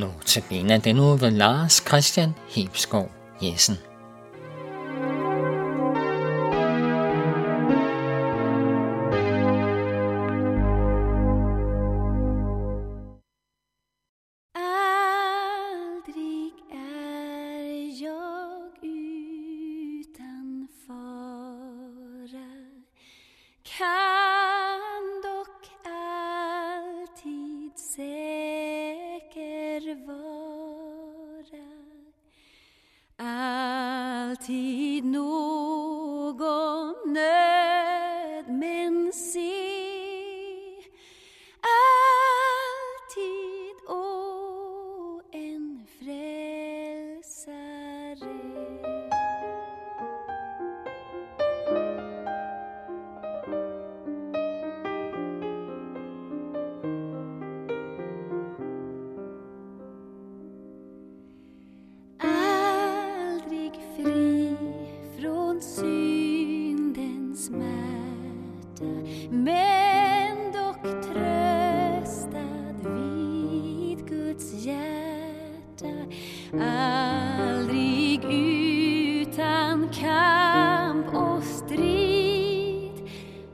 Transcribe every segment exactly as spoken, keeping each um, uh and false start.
Notabene den uge ved Lars Christian Hebskov Jessen. Aldrig är jag utan fara, kan dock alltid säker vara. Alltid någon nöd men se, alltid å en frälsare. Aldrig fri från syndens smärta, men dock tröstad vid Guds hjärta. Aldrig utan kamp och strid,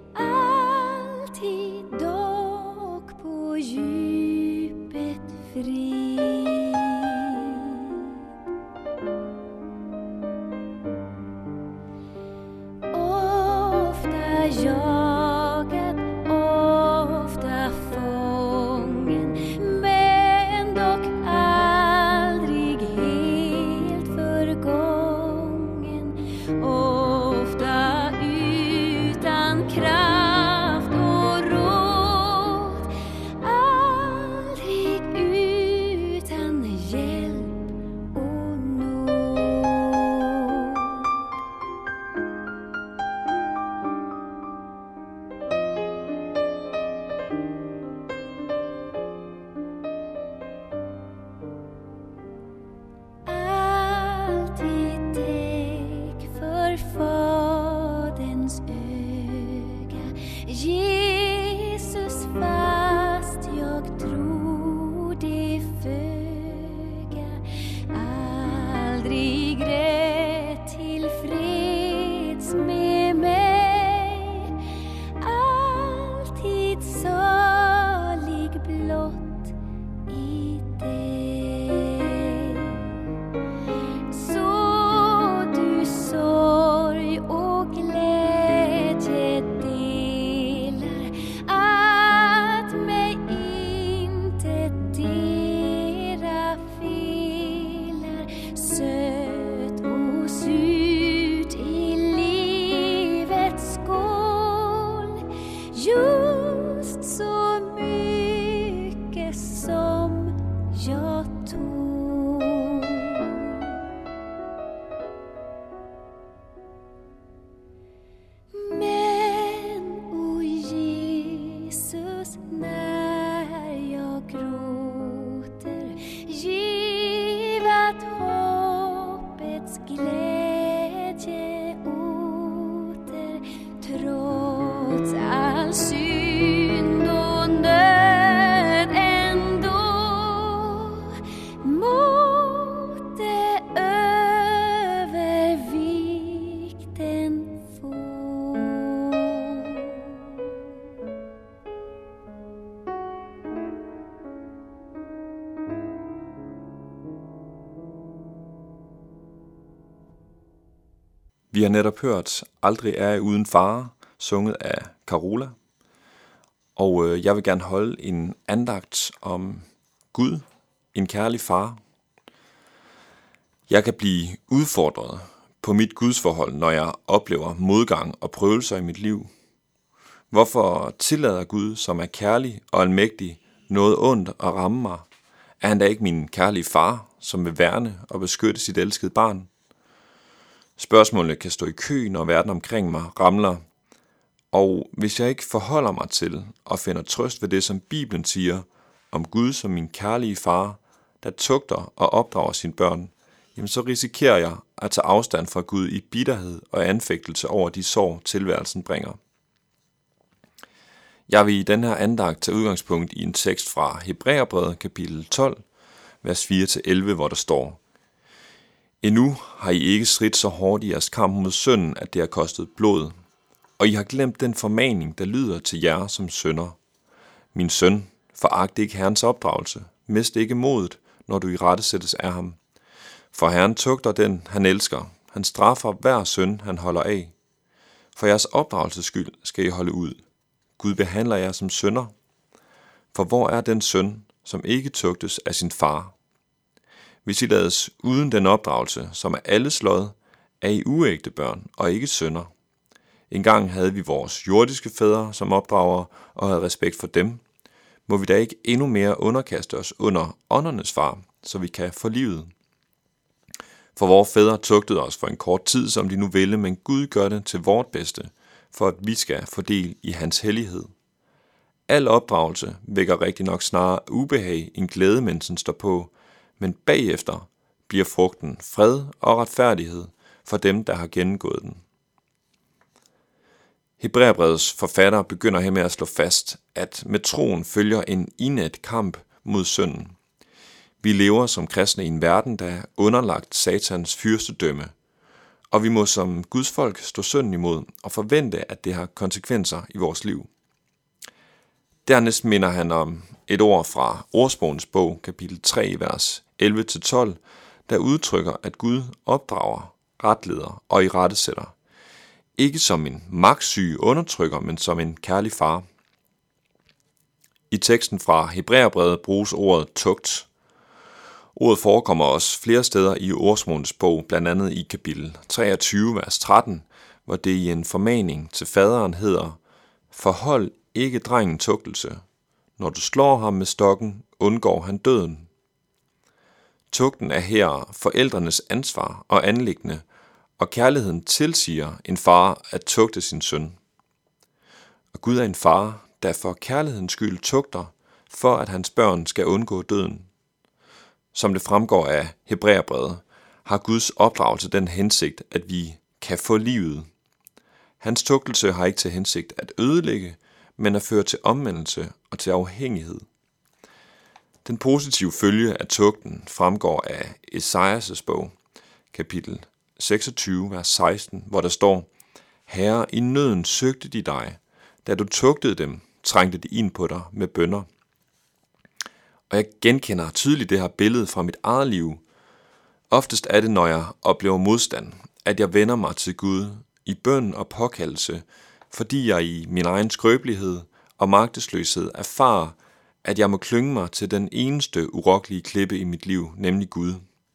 alltid dock på djupet fri. Ofta jagad, ofta fången, men dock aldrig helt förgången. Ofta utan kraft och råd, aldrig utan hjälp och nåd. Alltid täck för Faderns öga, Jesus fast jag tror det föga. Aldrig rätt till freds med mig, alltid salig blott i dig. Så du sorg och glädje delar, att mig inte dera felar. Sött och surt i livets skål, just så mycket som jag tål. Men, o Jesus, när jag gråter, giv att hoppets glädje åter, trots all synd och nöd ändå, måtte övervikten få. Vi har netop hørt Aldrig er jeg uden fare, sunget af Carola. Og øh, jeg vil gerne holde en andagt om Gud, en kærlig far. Jeg kan blive udfordret på mit gudsforhold, når jeg oplever modgang og prøvelser i mit liv. Hvorfor tillader Gud, som er kærlig og almægtig, noget ondt at ramme mig? Er han da ikke min kærlige far, som vil værne og beskytte sit elskede barn? Spørgsmålene kan stå i kø, når verden omkring mig ramler, og hvis jeg ikke forholder mig til og finder trøst ved det, som Bibelen siger om Gud som min kærlige far, der tugter og opdrager sine børn, jamen så risikerer jeg at tage afstand fra Gud i bitterhed og anfægtelse over de sår, tilværelsen bringer. Jeg vil i den her andagt tage udgangspunkt i en tekst fra Hebræerbrevet kapitel tolv, vers fire til elleve, hvor der står: Endnu har I ikke stridt så hårdt i jeres kamp mod synden, at det har kostet blod. Og I har glemt den formaning, der lyder til jer som sønner. Min søn, foragt ikke Herrens opdragelse. Mist ikke modet, når du i rette sættes af ham. For Herren tugter den, han elsker. Han straffer hver søn, han holder af. For jeres opdragelses skyld skal I holde ud. Gud behandler jer som sønner. For hvor er den søn, som ikke tugtes af sin far? Hvis I lades uden den opdragelse, som er alles lod, er I uægte børn og ikke sønner. Engang havde vi vores jordiske fædre som opdragere og havde respekt for dem. Må vi da ikke endnu mere underkaste os under åndernes far, så vi kan få livet? For vores fædre tugtede os for en kort tid, som de nu ville, men Gud gør det til vort bedste, for at vi skal få del i hans hellighed. Al opdragelse vækker rigtig nok snarere ubehag end glæde, mens den står på, men bagefter bliver frugten fred og retfærdighed for dem, der har gennemgået den. Hebræerbrevets forfatter begynder her med at slå fast, at med troen følger en indædt kamp mod synden. Vi lever som kristne i en verden, der er underlagt satans fyrstedømme, og vi må som Guds folk stå synden imod og forvente, at det har konsekvenser i vores liv. Dernæst minder han om et ord fra Ordsprogenes bog, kapitel tre, vers elleve til tolv, der udtrykker, at Gud opdrager, retleder og irettesætter. Ikke som en magtsyg undertrykker, men som en kærlig far. I teksten fra Hebræerbrevet bruges ordet tugt. Ordet forekommer også flere steder i Ordsprogenes bog, blandt andet i kapitel treogtyve, vers tretten, hvor det i en formaning til faderen hedder: Forhold ikke drengen tugtelse. Når du slår ham med stokken, undgår han døden. Tugten er her forældrenes ansvar og anliggende, og kærligheden tilsiger en far at tugte sin søn. Og Gud er en far, der for kærlighedens skyld tugter, for at hans børn skal undgå døden. Som det fremgår af Hebræerbrevet, har Guds opdragelse den hensigt, at vi kan få livet. Hans tugtelse har ikke til hensigt at ødelægge, men at føre til omvendelse og til afhængighed. Den positive følge af tugten fremgår af Esajas bog, kapitel seksogtyve, vers seksten, hvor der står: Herre, i nøden søgte de dig. Da du tugtede dem, trængte de ind på dig med bønner. Og jeg genkender tydeligt det her billede fra mit eget liv. Oftest er det, når jeg oplever modstand, at jeg vender mig til Gud i bøn og påkaldelse, fordi jeg i min egen skrøbelighed og magtesløshed erfarer, at jeg må klynge mig til den eneste urokkelige klippe i mit liv, nemlig Gud.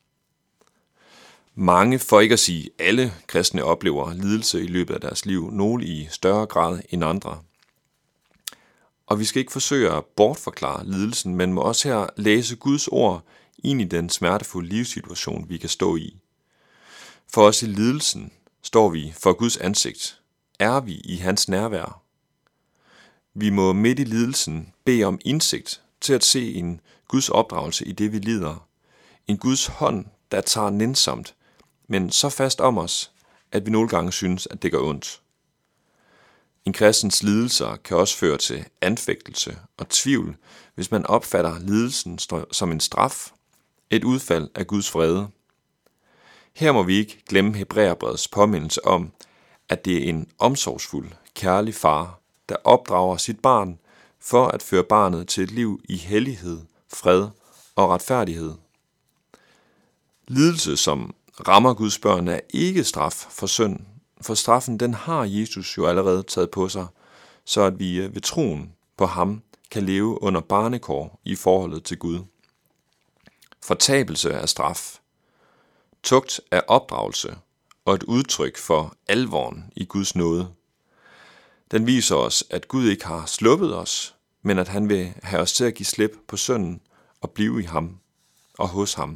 Mange, for ikke at sige alle kristne, oplever lidelse i løbet af deres liv, nogle i større grad end andre. Og vi skal ikke forsøge at bortforklare lidelsen, men må også her læse Guds ord ind i den smertefulde livssituation, vi kan stå i. For os i lidelsen står vi for Guds ansigt, er vi i hans nærvær. Vi må midt i lidelsen bede om indsigt til at se en Guds opdragelse i det, vi lider. En Guds hånd, der tager nænsomt, men så fast om os, at vi nogle gange synes, at det gør ondt. En kristens lidelser kan også føre til anfægtelse og tvivl, hvis man opfatter lidelsen som en straf, et udfald af Guds vrede. Her må vi ikke glemme Hebræerbrevets påmindelse om, at det er en omsorgsfuld, kærlig far, der opdrager sit barn for at føre barnet til et liv i hellighed, fred og retfærdighed. Lidelse, som rammer Guds børn, er ikke straf for synd, for straffen den har Jesus jo allerede taget på sig, så at vi ved troen på ham kan leve under barnekår i forholdet til Gud. Fortabelse er straf. Tugt er opdragelse og et udtryk for alvoren i Guds nåde. Den viser os, at Gud ikke har sluppet os, men at han vil have os til at give slip på synden og blive i ham og hos ham.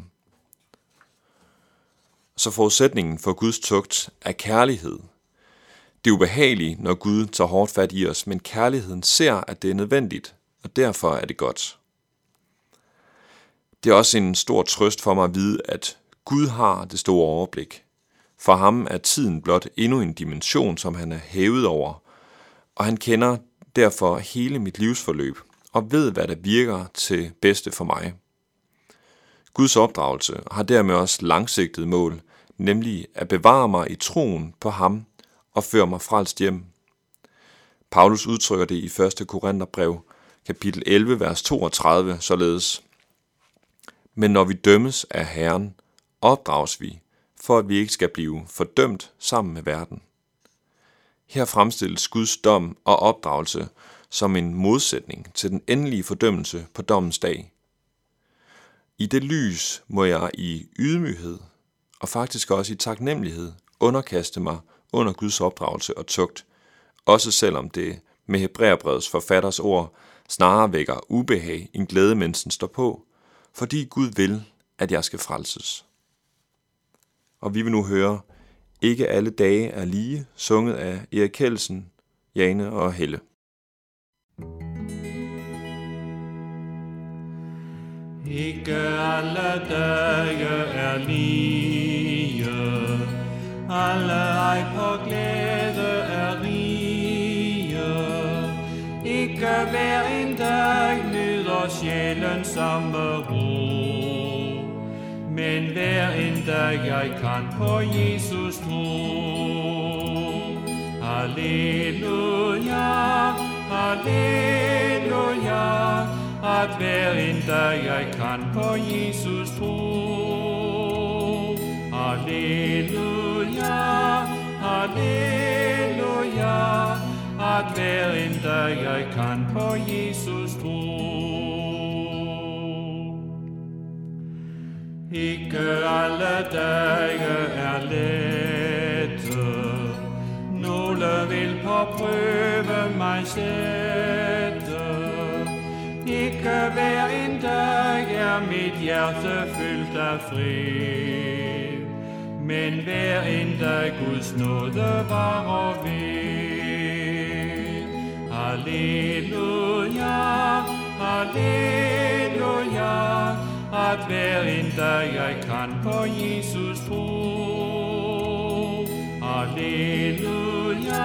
Så forudsætningen for Guds tugt er kærlighed. Det er ubehageligt, når Gud tager hårdt fat i os, men kærligheden ser, at det er nødvendigt, og derfor er det godt. Det er også en stor trøst for mig at vide, at Gud har det store overblik. For ham er tiden blot endnu en dimension, som han er hævet over, og han kender derfor hele mit livsforløb og ved, hvad der virker til bedste for mig. Guds opdragelse har dermed også langsigtet mål, nemlig at bevare mig i troen på ham og føre mig frelst hjem. Paulus udtrykker det i første Korintherbrev, kapitel elleve, vers toogtredive, således: Men når vi dømmes af Herren, opdrages vi, for at vi ikke skal blive fordømt sammen med verden. Her fremstilles Guds dom og opdragelse som en modsætning til den endelige fordømmelse på dommens dag. I det lys må jeg i ydmyghed og faktisk også i taknemmelighed underkaste mig under Guds opdragelse og tugt, også selvom det med Hebræerbrevets forfatters ord snarere vækker ubehag end glæde, mens den står på, fordi Gud vil, at jeg skal frelses. Og vi vil nu høre Ikke alle dage er lige, sunget af Erik Kjeldsen, Jane og Helle. Ikke alle dage er lige, alle ej på glæde er rige. Ikke hver en dag nyder sjælen samme ro, men hver en dag jeg kan på Jesus tro. Halleluja, halleluja, at hver en dag jeg kan på Jesus tro. Halleluja, halleluja, at hver en dag jeg kan på Jesus tro. Ikke alle dage er lette, nogle vil på prøve mig sætte. Ikke hver en dag er mit hjerte fyldt af fred, men hver en dag Guds nåde varer ved. Halleluja, halleluja, at hver en dag jeg kan på Jesus tro. Halleluja,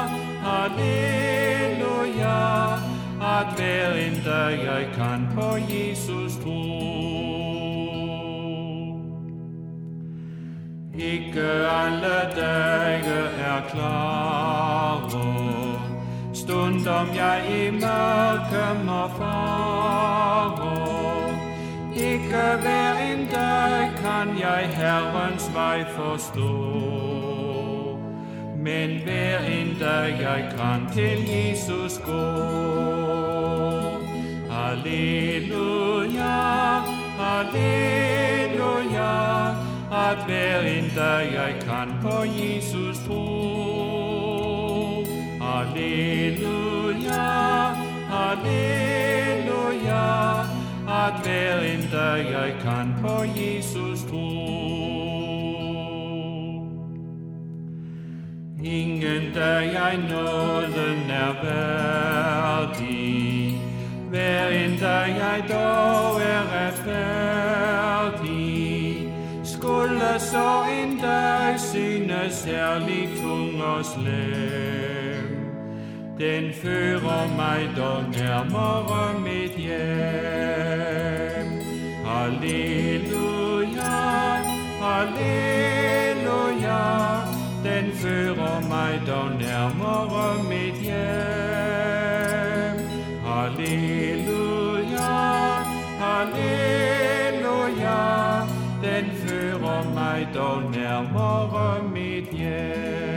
halleluja, at hver en dag jeg kan på Jesus tro. Ikke alle dage er klare, stundom jeg i mørke må fare. Ikke hver en dag kan jeg Herrens vej forstå, men hver en dag jeg kan til Jesus gå. Halleluja, halleluja, at hver en dag jeg kan på Jesus tro. Halleluja, halleluja, at hver en dag jeg kan på Jesus tro. Ingen dag jeg nåden er værdig, hver en dag jeg dog er retfærdig. Skulle så en dag synes særlig tung og slem, den fører mig dog nærmere mit hjem. Halleluja, halleluja, den fører mig dog nærmere mit hjem. Halleluja, halleluja, den fører mig dog nærmere mit hjem.